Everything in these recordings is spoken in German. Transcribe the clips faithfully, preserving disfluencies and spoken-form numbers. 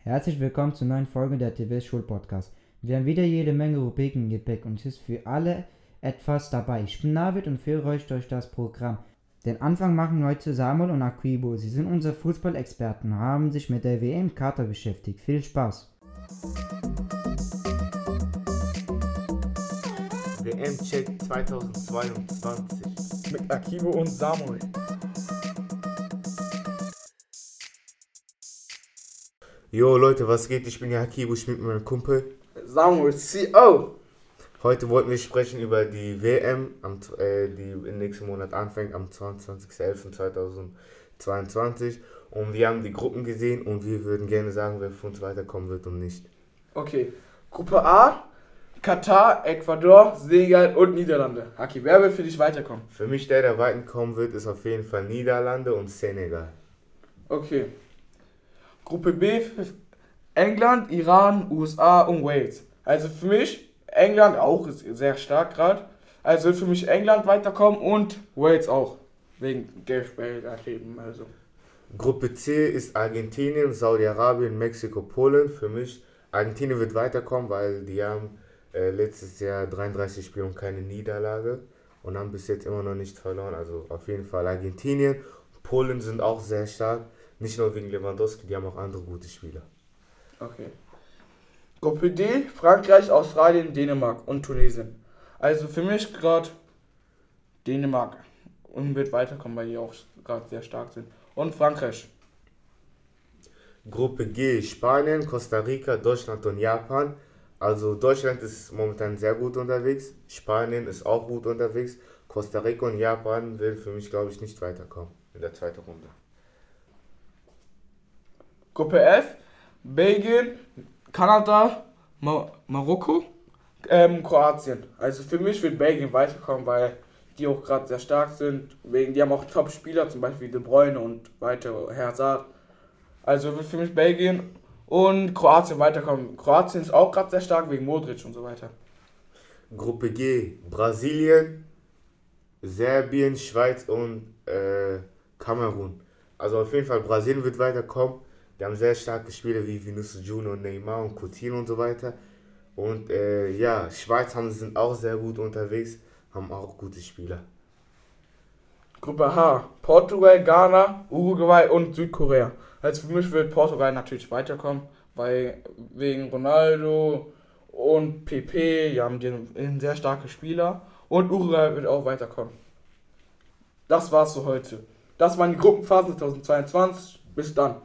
Herzlich willkommen zur neuen Folge der T W-Schul-Podcast. Wir haben wieder jede Menge Rubriken im Gepäck und es ist für alle etwas dabei. Ich bin Navid und führe euch durch das Programm. Den Anfang machen heute Samuel und Akibo. Sie sind unsere Fußballexperten und haben sich mit der W M Katar beschäftigt. Viel Spaß! W M-Check zweitausendzweiundzwanzig mit Akibo und Samuel. Jo Leute, was geht? Ich bin ja Akibo, ich bin mit meinem Kumpel Samuel, C O. Heute wollten wir sprechen über die W M, am, äh, die im nächsten Monat anfängt, am zweiundzwanzigsten elften zweitausendzweiundzwanzig. Und wir haben die Gruppen gesehen und wir würden gerne sagen, wer für uns weiterkommen wird und nicht. Okay, Gruppe A, Katar, Ecuador, Senegal und Niederlande. Aki, wer wird für dich weiterkommen? Für mich der, der weiterkommen wird, ist auf jeden Fall Niederlande und Senegal. Okay. Gruppe B, England, Iran, U S A und Wales. Also für mich, England auch ist sehr stark gerade. Also wird für mich England weiterkommen und Wales auch. Wegen Geldspielaktiven, also. Gruppe C ist Argentinien, Saudi-Arabien, Mexiko, Polen. Für mich, Argentinien wird weiterkommen, weil die haben äh, letztes Jahr dreiunddreißig Spiele und keine Niederlage und haben bis jetzt immer noch nicht verloren. Also auf jeden Fall Argentinien. Polen sind auch sehr stark. Nicht nur wegen Lewandowski, die haben auch andere gute Spieler. Okay. Gruppe D, Frankreich, Australien, Dänemark und Tunesien. Also für mich gerade Dänemark und wird weiterkommen, weil die auch gerade sehr stark sind. Und Frankreich. Gruppe G, Spanien, Costa Rica, Deutschland und Japan. Also Deutschland ist momentan sehr gut unterwegs. Spanien ist auch gut unterwegs. Costa Rica und Japan will für mich, glaube ich, nicht weiterkommen in der zweiten Runde. Gruppe F, Belgien, Kanada, Mar- Marokko, ähm, Kroatien. Also für mich wird Belgien weiterkommen, weil die auch gerade sehr stark sind. Wegen, die haben auch Top-Spieler, zum Beispiel De Bruyne und weitere Hazard. Also wird für mich Belgien und Kroatien weiterkommen. Kroatien ist auch gerade sehr stark wegen Modric und so weiter. Gruppe G, Brasilien, Serbien, Schweiz und äh, Kamerun. Also auf jeden Fall Brasilien wird weiterkommen. Die haben sehr starke Spieler wie Vinicius Junior, Neymar und Coutinho und so weiter. Und äh, ja, Schweiz haben, sind auch sehr gut unterwegs, haben auch gute Spieler. Gruppe H, Portugal, Ghana, Uruguay und Südkorea. Also für mich wird Portugal natürlich weiterkommen, weil wegen Ronaldo und P P, die haben den sehr starke Spieler. Und Uruguay wird auch weiterkommen. Das war's für heute. Das waren die Gruppenphasen zweitausendzweiundzwanzig. Bis dann.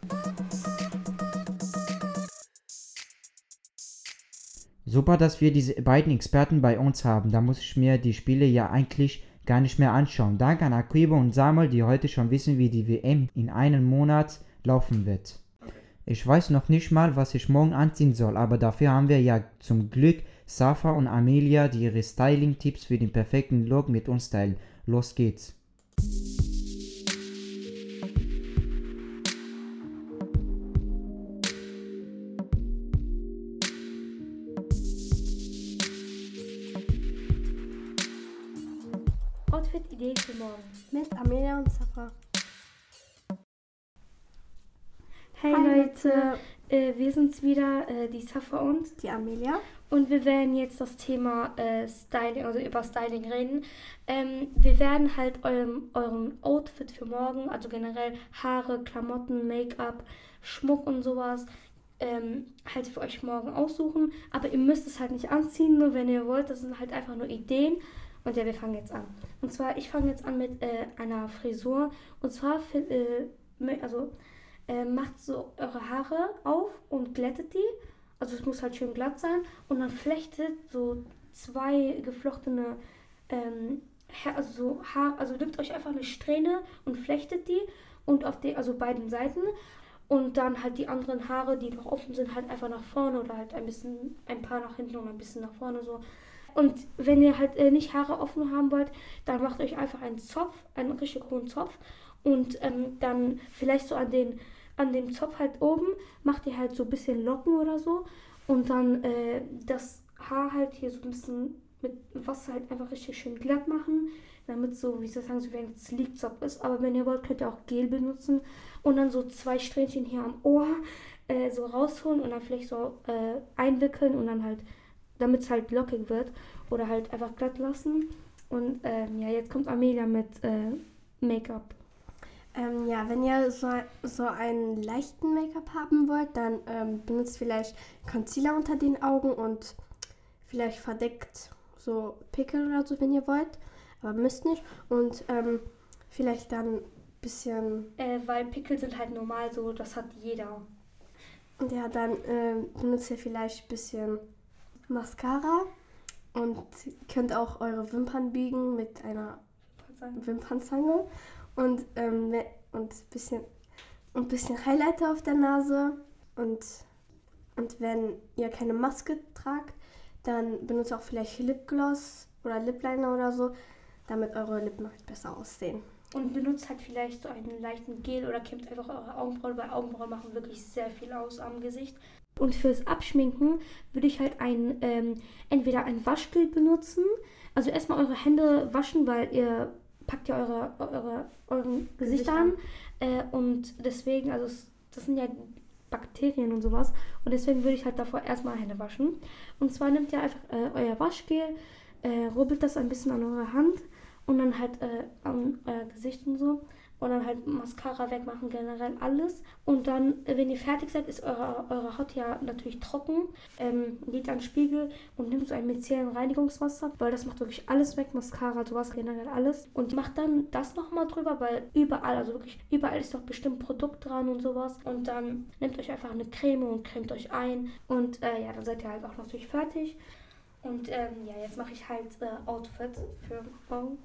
Super, dass wir diese beiden Experten bei uns haben. Da muss ich mir die Spiele ja eigentlich gar nicht mehr anschauen. Danke an Akibo und Samuel, die heute schon wissen, wie die W M in einem Monat laufen wird. Ich weiß noch nicht mal, was ich morgen anziehen soll, aber dafür haben wir ja zum Glück Safa und Amelia, die ihre Styling-Tipps für den perfekten Look mit uns teilen. Los geht's! Outfit-Idee für morgen. Mit Amelia und Safa. Hey Hi, Leute, äh, wir sind's wieder, äh, die Safa und Die Amelia. und wir werden jetzt das Thema äh, Styling, also über Styling reden. Ähm, wir werden halt eurem, eurem Outfit für morgen, also generell Haare, Klamotten, Make-up, Schmuck und sowas, ähm, halt für euch morgen aussuchen. Aber ihr müsst es halt nicht anziehen, nur wenn ihr wollt. Das sind halt einfach nur Ideen. Und ja, wir fangen jetzt an. Und zwar, ich fange jetzt an mit äh, einer Frisur. Und zwar, äh, also äh, macht so eure Haare auf und glättet die. Also es muss halt schön glatt sein. Und dann flechtet so zwei geflochtene ähm, Ha- also so Haar, also nehmt euch einfach eine Strähne und flechtet die. Und auf die, also beiden Seiten. Und dann halt die anderen Haare, die noch offen sind, halt einfach nach vorne oder halt ein bisschen, ein paar nach hinten und ein bisschen nach vorne so. Und wenn ihr halt äh, nicht Haare offen haben wollt, dann macht euch einfach einen Zopf, einen richtig hohen Zopf. Und ähm, dann vielleicht so an, den, an dem Zopf halt oben macht ihr halt so ein bisschen Locken oder so. Und dann äh, das Haar halt hier so ein bisschen mit Wasser halt einfach richtig schön glatt machen. Damit so, wie soll ich sagen, so wie ein Sleek-Zopf ist. Aber wenn ihr wollt, könnt ihr auch Gel benutzen. Und dann so zwei Strähnchen hier am Ohr äh, so rausholen und dann vielleicht so äh, einwickeln und dann halt, damit es halt lockig wird oder halt einfach glatt lassen. Und ähm, ja, jetzt kommt Amelia mit äh, Make-up. Ähm, ja, wenn ihr so, so einen leichten Make-up haben wollt, dann ähm, benutzt vielleicht Concealer unter den Augen und vielleicht verdeckt so Pickel oder so, wenn ihr wollt, aber müsst nicht. Und ähm, vielleicht dann ein bisschen, Äh, weil Pickel sind halt normal so, das hat jeder. und ja, dann ähm, benutzt ihr vielleicht ein bisschen Mascara und könnt auch eure Wimpern biegen mit einer Wimpernzange und ähm, ne- und bisschen und bisschen Highlighter auf der Nase und und wenn ihr keine Maske tragt, dann benutzt auch vielleicht Lipgloss oder Lipliner oder so, damit eure Lippen halt besser aussehen. Und benutzt halt vielleicht so einen leichten Gel oder kämmt einfach eure Augenbrauen, weil Augenbrauen machen wirklich sehr viel aus am Gesicht. Und fürs Abschminken würde ich halt ein, ähm, entweder ein Waschgel benutzen, also erstmal eure Hände waschen, weil ihr packt ja eure, eure, euren Gesicht an. Äh, und deswegen, also es, das sind ja Bakterien und sowas. Und deswegen würde ich halt davor erstmal Hände waschen. Und zwar nehmt ihr einfach äh, euer Waschgel, äh, rubbelt das ein bisschen an eure Hand und dann halt äh, an euer Gesicht und so. Und dann halt Mascara wegmachen, generell alles. Und dann, äh, wenn ihr fertig seid, ist eure, eure Haut ja natürlich trocken. Ähm, geht an den Spiegel und nimmt so ein mizellaren Reinigungswasser, weil das macht wirklich alles weg, Mascara, sowas, generell alles. Und macht dann das nochmal drüber, weil überall, also wirklich überall ist doch bestimmt Produkt dran und sowas. Und dann nehmt euch einfach eine Creme und cremt euch ein. Und äh, ja, dann seid ihr halt auch natürlich fertig. Und ähm, ja, jetzt mache ich halt äh, Outfit für morgen.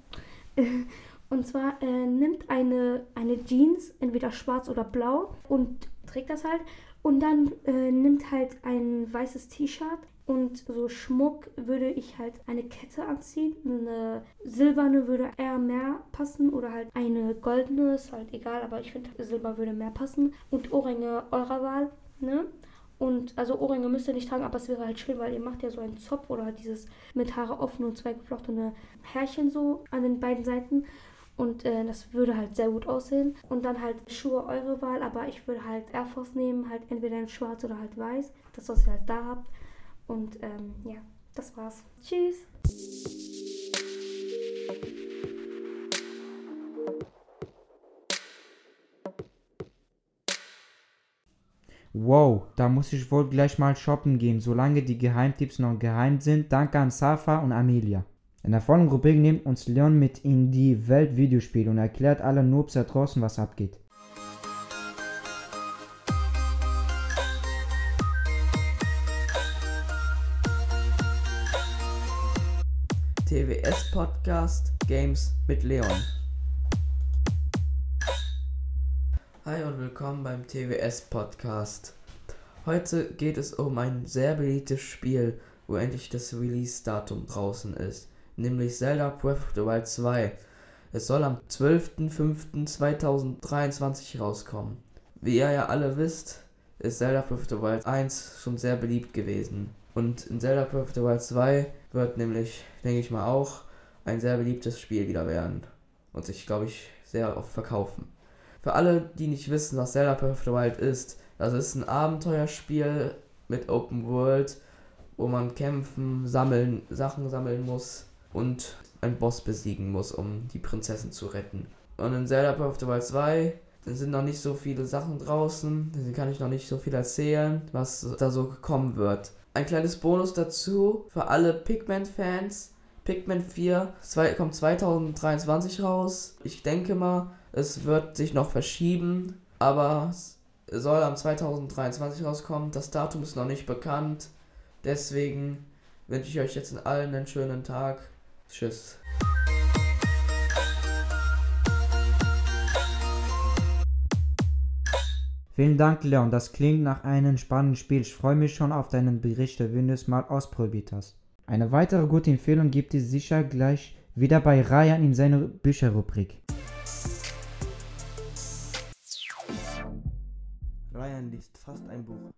Und zwar äh, nimmt eine, eine Jeans, entweder schwarz oder blau, und trägt das halt. Und dann äh, nimmt halt ein weißes T-Shirt und so Schmuck würde ich halt eine Kette anziehen. Eine silberne würde eher mehr passen oder halt eine goldene, ist halt egal, aber ich finde Silber würde mehr passen. Und Ohrringe eurer Wahl, ne? Und also Ohrringe müsst ihr nicht tragen, aber es wäre halt schön, weil ihr macht ja so einen Zopf oder halt dieses mit Haare offen und zwei geflochtene Härchen so an den beiden Seiten. Und äh, das würde halt sehr gut aussehen. Und dann halt Schuhe eure Wahl, aber ich würde halt Air Force nehmen, halt entweder in schwarz oder halt weiß. Das, was ihr halt da habt. Und ähm, ja, das war's. Tschüss! Wow, da muss ich wohl gleich mal shoppen gehen, solange die Geheimtipps noch geheim sind. Danke an Safa und Amelia. In der folgenden Rubrik nimmt uns Leon mit in die Welt Videospiele und erklärt alle Noobs da draußen, was abgeht. T W S Podcast Games mit Leon. Hi und willkommen beim T W S Podcast. Heute geht es um ein sehr beliebtes Spiel, wo endlich das Release-Datum draußen ist, nämlich Zelda Breath of the Wild zwei. Es soll am zwölften fünften zweitausenddreiundzwanzig rauskommen. Wie ihr ja alle wisst, ist Zelda Breath of the Wild eins schon sehr beliebt gewesen. Und in Zelda Breath of the Wild zwei wird nämlich, denke ich mal, auch ein sehr beliebtes Spiel wieder werden und sich, glaube ich, sehr oft verkaufen. Für alle, die nicht wissen, was Zelda Breath of the Wild ist, das ist ein Abenteuerspiel mit Open World, wo man kämpfen, sammeln, Sachen sammeln muss und einen Boss besiegen muss, um die Prinzessin zu retten. Und in Zelda Breath of the Wild zwei sind noch nicht so viele Sachen draußen, deswegen kann ich noch nicht so viel erzählen, was da so kommen wird. Ein kleines Bonus dazu für alle Pikmin-Fans. Pikmin vier zwei, kommt zweitausenddreiundzwanzig raus. Ich denke mal, es wird sich noch verschieben, aber es soll am zweitausenddreiundzwanzig rauskommen. Das Datum ist noch nicht bekannt. Deswegen wünsche ich euch jetzt allen einen schönen Tag. Tschüss. Vielen Dank, Leon. Das klingt nach einem spannenden Spiel. Ich freue mich schon auf deinen Bericht, wenn du es mal ausprobiert hast. Eine weitere gute Empfehlung gibt es sicher gleich wieder bei Ryan in seiner Bücherrubrik. Ryan liest fast ein Buch.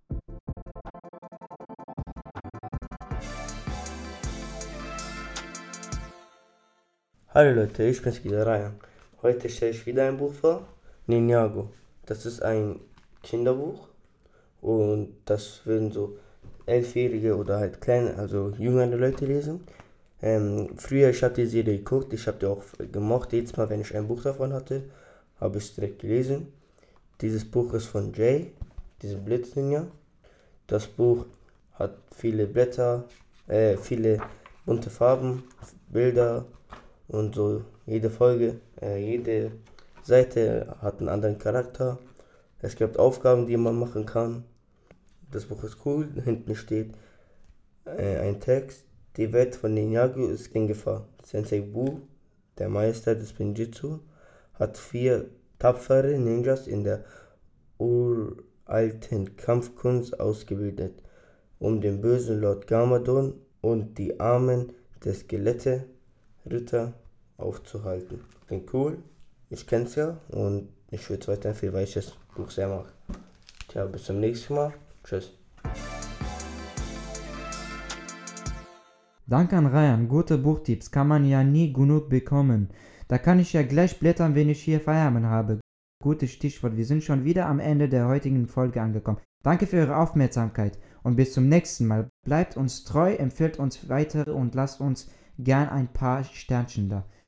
Hallo Leute, ich bin's wieder Ryan. Heute stelle ich wieder ein Buch vor, Ninjago. Das ist ein Kinderbuch und das würden so Elfjährige oder halt kleine, also jüngere Leute lesen. Ähm, früher, ich habe die Serie geguckt, ich habe die auch gemocht. Jedes Mal, wenn ich ein Buch davon hatte, habe ich es direkt gelesen. Dieses Buch ist von Jay, diesem Blitzninja. Das Buch hat viele Blätter, äh, viele bunte Farben, Bilder und so. Jede Folge, äh, jede Seite hat einen anderen Charakter. Es gibt Aufgaben, die man machen kann. Das Buch ist cool. Hinten steht äh, ein Text. Die Welt von Ninjago ist in Gefahr. Sensei Bu, der Meister des Ninjutsu, hat vier tapfere Ninjas in der uralten Kampfkunst ausgebildet, um den bösen Lord Garmadon und die Armen der Skelette-Ritter aufzuhalten. Klingt cool, ich kenn's ja und ich würde es weiterempfehlen, weil ich das Buch sehr mag. Tja, bis zum nächsten Mal. Tschüss. Danke an Ryan, gute Buchtipps kann man ja nie genug bekommen. Da kann ich ja gleich blättern, wenn ich hier Feierabend habe. Gutes Stichwort, wir sind schon wieder am Ende der heutigen Folge angekommen. Danke für eure Aufmerksamkeit und bis zum nächsten Mal. Bleibt uns treu, empfehlt uns weiter und lasst uns gern ein paar Sternchen da.